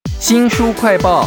新书快报，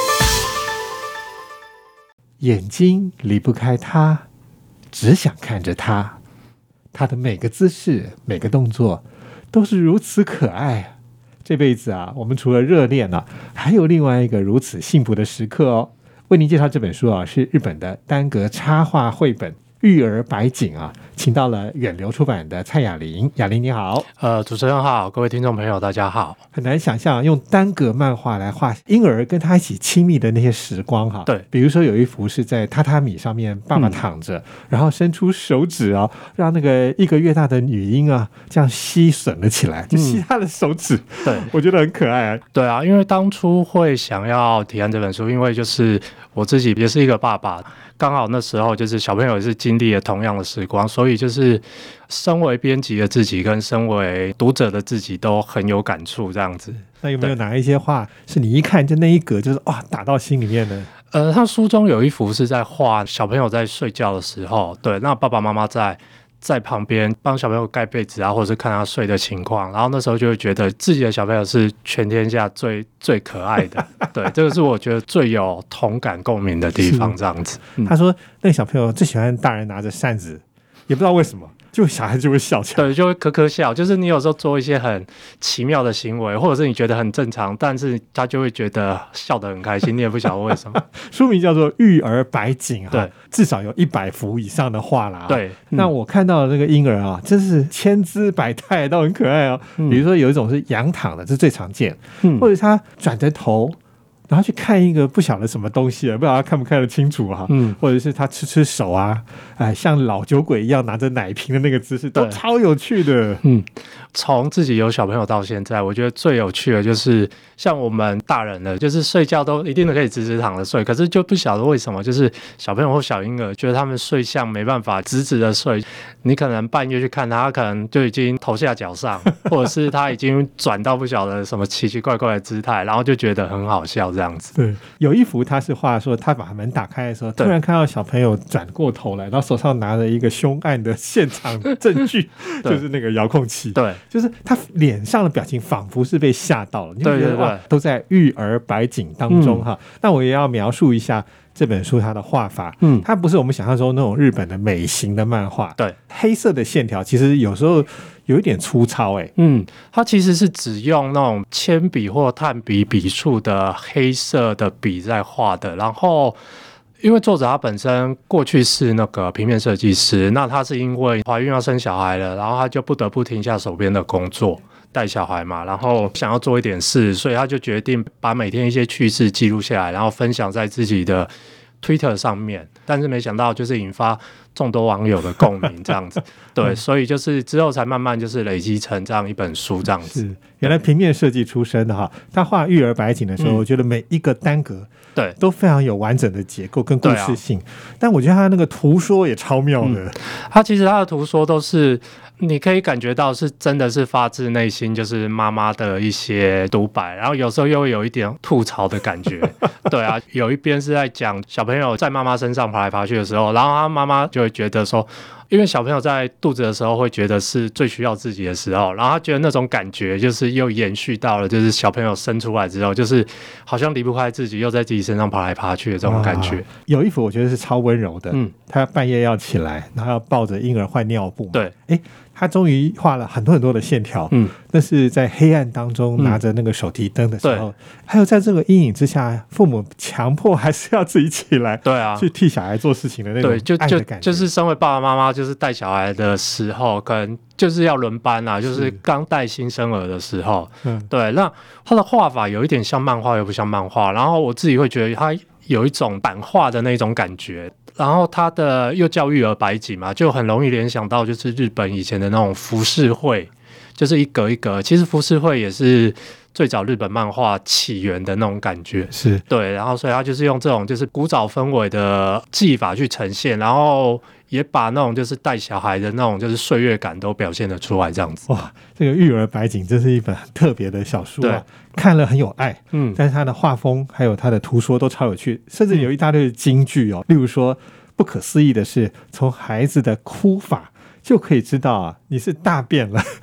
眼睛离不开他，只想看着他。他的每个姿势、每个动作都是如此可爱。这辈子啊，我们除了热恋啊，还有另外一个如此幸福的时刻哦。为您介绍这本书啊，是日本的单格插画绘本《育儿白景》啊，请到了远流出版的蔡雅玲。雅玲你好。 主持人好，各位听众朋友大家好。 很难想象用单格漫画来画婴儿跟他一起亲密的那些时光哈。 对， 比如说有一幅是在榻榻米上面，爸爸躺着，然后伸出手指啊，让那个1个月大的女婴啊这样吸吮了起来，就吸他的手指。 对， 我觉得很可爱啊。 对啊，因为当初会想要提案这本书，因为就是我自己也是一个爸爸，刚好那时候就是小朋友也是经历了同样的时光，所以就是身为编辑的自己跟身为读者的自己都很有感触这样子。 那有没有哪一些画是你一看就那一格就是哇打到心里面的？ 他书中有一幅是在画小朋友在睡觉的时候，对，那爸爸妈妈在旁边帮小朋友盖被子啊，或者是看他睡的情况，然后那时候就会觉得自己的小朋友是全天下最可爱的。对，这个是我觉得最有同感共鸣的地方这样子。 他说那个小朋友最喜欢大人拿着扇子，也不知道为什么，就小孩就会笑起来。 对，就会咯咯笑，就是你有时候做一些很奇妙的行为，或者是你觉得很正常，但是他就会觉得笑得很开心，你也不晓得为什么。 书名叫做《育儿白景》哈， 对， 至少有100幅以上的画啦。 对， 那我看到的那个婴儿啊，真是千姿百态，都很可爱哦。比如说有一种是仰躺的，这是最常见，或者他转着头，然后去看一个不晓得什么东西，不知道他看不看得清楚哈。或者是他吃手啊，像老酒鬼一样拿着奶瓶的那个姿势，都超有趣的。 从自己有小朋友到现在，我觉得最有趣的就是像我们大人了，就是睡觉都一定都可以直直躺着睡，可是就不晓得为什么，就是小朋友或小婴儿觉得他们睡相没办法直直的睡，你可能半夜去看他可能就已经头下脚上，或者是他已经转到不晓得什么奇奇怪怪的姿态，然后就觉得很好笑这样子。 对，有一幅他是画说他把门打开的时候，突然看到小朋友转过头来，然后手上拿着一个凶案的现场证据，就是那个遥控器。 对， 就是他脸上的表情仿佛是被吓到了，你会觉得对， 都在育儿白景当中哈。那我也要描述一下这本书它的画法，它不是我们想象中那种日本的美型的漫画， 对， 黑色的线条其实有时候有一点粗糙， 它其实是只用那种铅笔或炭笔笔触的黑色的笔在画的，然后因为作者他本身过去是那个平面设计师，那他是因为怀孕要生小孩了，然后他就不得不停下手边的工作带小孩嘛，然后想要做一点事，所以他就决定把每天一些趣事记录下来，然后分享在自己的 Twitter 上面，但是没想到就是引发众多网友的共鸣这样子。对，所以就是之后才慢慢就是累积成这样一本书这样子。 是原来平面设计出身的哈，他画育儿白景的时候，我觉得每一个单格对都非常有完整的结构跟故事性，但我觉得他那个图说也超妙的。 他其实他的图说都是你可以感觉到是真的是发自内心，就是妈妈的一些独白，然后有时候又有一点吐槽的感觉。对啊，有一边是在讲小朋友在妈妈身上爬来爬去的时候，然后他妈妈就会觉得说，因为小朋友在肚子的时候会觉得是最需要自己的时候，然后他觉得那种感觉就是又延续到了就是小朋友生出来之后，就是好像离不开自己，又在自己身上爬来爬去的这种感觉。 有一幅我觉得是超温柔的，他半夜要起来，然后要抱着婴儿换尿布， 对， 他终于画了很多很多的线条，那是在黑暗当中拿着那个手提灯的时候，还有在这个阴影之下，父母强迫还是要自己起来， 对啊， 去替小孩做事情的那种爱的感觉。 就是身为爸爸妈妈，就是带小孩的时候，可能就是要轮班啊，就是刚带新生儿的时候，对，那他的画法有一点像漫画，又不像漫画，然后我自己会觉得他有一种版画的那种感觉。然后他的又叫育儿白景嘛，就很容易联想到就是日本以前的那种浮世绘，就是一格一格。其实浮世绘也是最早日本漫画起源的那种感觉， 是对。然后所以他就是用这种就是古早氛围的技法去呈现，然后也把那种就是带小孩的那种就是岁月感都表现得出来，这样子。 哇，这个育儿白景真是一本很特别的小书啊，看了很有爱，但是它的画风还有它的图说都超有趣，甚至有一大堆的金句哦，例如说不可思议的是，从孩子的哭法就可以知道啊，你是大便了。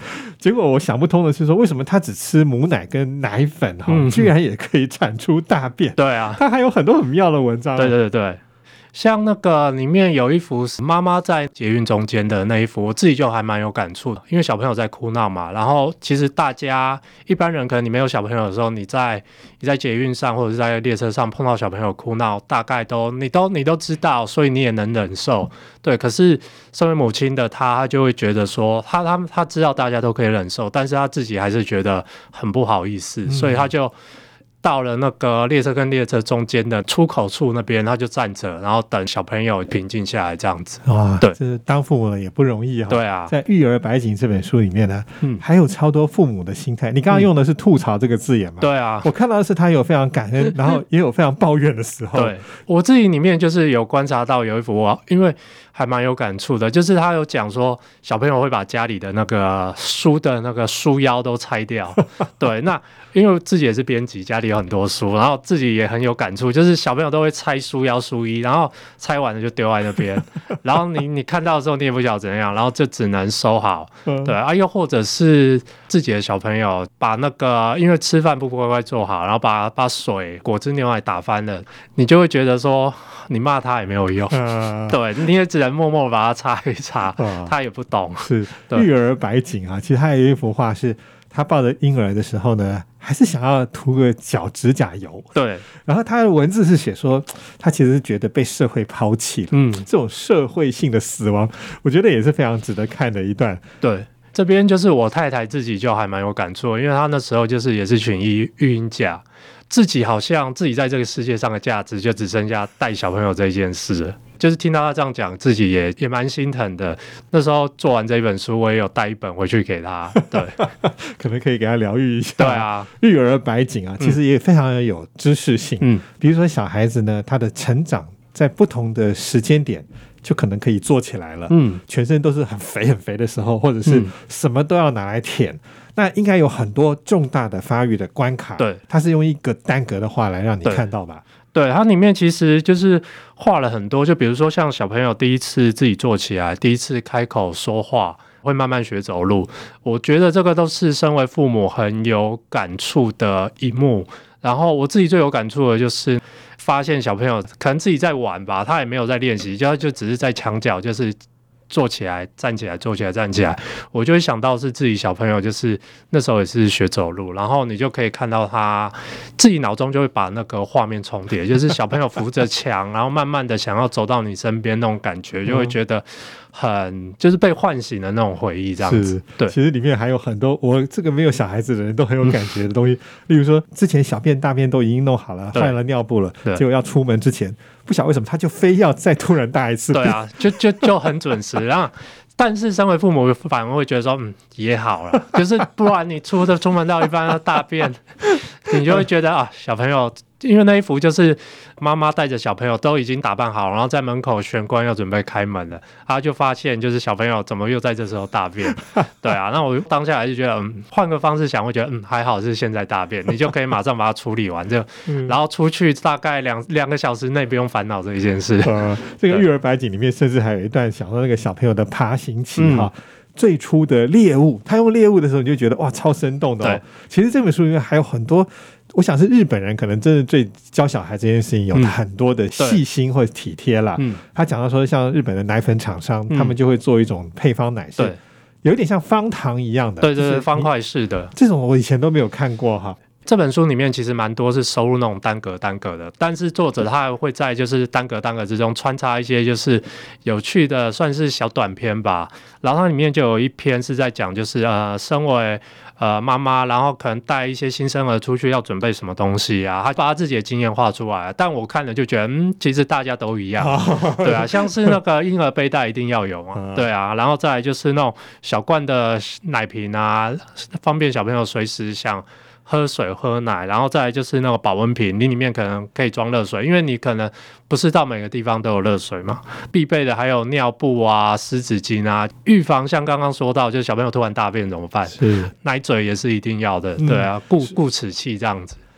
结果我想不通的是说，为什么他只吃母奶跟奶粉居然也可以产出大便？ 对啊， 他还有很多很妙的文章。 对对对。像那个里面有一幅妈妈在捷运中间的那一幅，我自己就还蛮有感触的，因为小朋友在哭闹嘛。然后其实大家一般人可能你没有小朋友的时候，你在捷运上或者是在列车上碰到小朋友哭闹，大概你都知道，所以你也能忍受。对，可是身为母亲的他就会觉得说，他知道大家都可以忍受，但是他自己还是觉得很不好意思，所以他就到了那个列车跟列车中间的出口处那边，他就站着，然后等小朋友平静下来，这样子。 哇， 对， 这当父母的也不容易对啊， 在《育儿百景》这本书里面呢，还有超多父母的心态。你刚刚用的是吐槽这个字眼嘛？ 对啊， 我看到的是他有非常感恩，然后也有非常抱怨的时候。 对，我自己里面就是有观察到有一幅，因为还蛮有感触的，就是他有讲说小朋友会把家里的那个书的那个书腰都拆掉。对，那因为自己也是编辑，家里有很多书，然后自己也很有感触，就是小朋友都会拆书腰、书衣，然后拆完了就丢在那边，然后你看到的时候你也不晓得怎样，然后就只能收好。对啊，又或者是自己的小朋友把那个因为吃饭不乖乖做好，然后把水、果汁、牛奶打翻了，你就会觉得说你骂他也没有用。对，你也只能默默把它擦一擦，他也不懂。 是育儿百景啊，其实他有一幅画是他抱着婴儿的时候呢，还是想要涂个脚指甲油。 对， 然后他的文字是写说，他其实是觉得被社会抛弃了。这种社会性的死亡，我觉得也是非常值得看的一段。 对，这边就是我太太自己就还蛮有感触，因为她那时候就是也是请育婴假，自己好像自己在这个世界上的价值就只剩下带小朋友这一件事了。就是听到他这样讲，自己也蛮心疼的。那时候做完这一本书，我也有带一本回去给他。对， 可能可以给他疗愈一下。 对啊， 育儿百景啊，其实也非常有知识性。比如说小孩子呢，他的成长在不同的时间点，就可能可以做起来了。全身都是很肥很肥的时候，或者是什么都要拿来舔。那应该有很多重大的发育的关卡。 对， 他是用一个单格的话来让你看到吧。 对，它里面其实就是画了很多，就比如说像小朋友第一次自己坐起来，第一次开口说话，会慢慢学走路。我觉得这个都是身为父母很有感触的一幕。然后我自己最有感触的就是发现小朋友可能自己在玩吧，他也没有在练习，就只是在墙角就是坐起来站起来坐起来站起来，我就会想到是自己小朋友就是那时候也是学走路，然后你就可以看到他自己脑中就会把那个画面重叠，就是小朋友扶着墙然后慢慢的想要走到你身边那种感觉，就会觉得很就是被唤醒的那种回忆这样子。对， 其实里面还有很多我这个没有小孩子的人都很有感觉的东西。例如说之前小便大便都已经弄好了，换了尿布了，结果要出门之前不晓得为什么他就非要再突然大一次。 对啊，就很准时。然后但是身为父母反而会觉得说也好了，就是不然你出门到一半要大便你就会觉得啊小朋友，因为那一幅就是妈妈带着小朋友都已经打扮好，然后在门口玄关要准备开门了，他就发现就是小朋友怎么又在这时候大便。对啊，那我当下还是觉得换个方式想会觉得还好是现在大便，你就可以马上把它处理完，然后出去大概两个小时内不用烦恼这一件事。 这个育儿百景里面甚至还有一段讲到那个小朋友的爬行期最初的猎物，他用猎物的时候你就觉得哇超生动的。其实这本书里面还有很多，我想是日本人可能真的对教小孩这件事情有很多的细心或者体贴啦。他讲到说像日本的奶粉厂商，他们就会做一种配方奶是有点像方糖一样的。 对对对，方块式的这种我以前都没有看过哈。 这本书里面其实蛮多是收入那种单格的，但是作者他还会在就是单格之中穿插一些就是有趣的算是小短篇吧。然后它里面就有一篇是在讲就是身为妈妈，然后可能带一些新生儿出去要准备什么东西啊，他把他自己的经验画出来，但我看了就觉得其实大家都一样。对啊，像是那个婴儿背带一定要有嘛。对啊，然后再来就是那种小罐的奶瓶啊，方便小朋友随时想喝水喝奶，然后再来就是那个保温瓶，你里面可能可以装热水，因为你可能不是到每个地方都有热水嘛。必备的还有尿布啊、湿纸巾啊，预防像刚刚说到就是小朋友突然大便怎么办，奶嘴也是一定要的。对啊，固齿器这样子。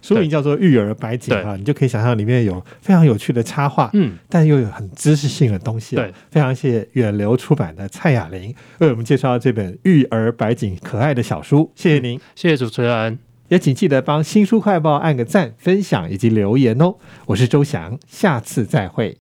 书名叫做《育儿百景》啊，你就可以想象里面有非常有趣的插画，但又有很知识性的东西。对，非常谢谢远流出版的蔡雅玲为我们介绍这本《育儿百景》可爱的小书，谢谢您， 谢谢主持人， 也请记得帮新书快报按个赞、分享以及留言哦。我是周翔，下次再会。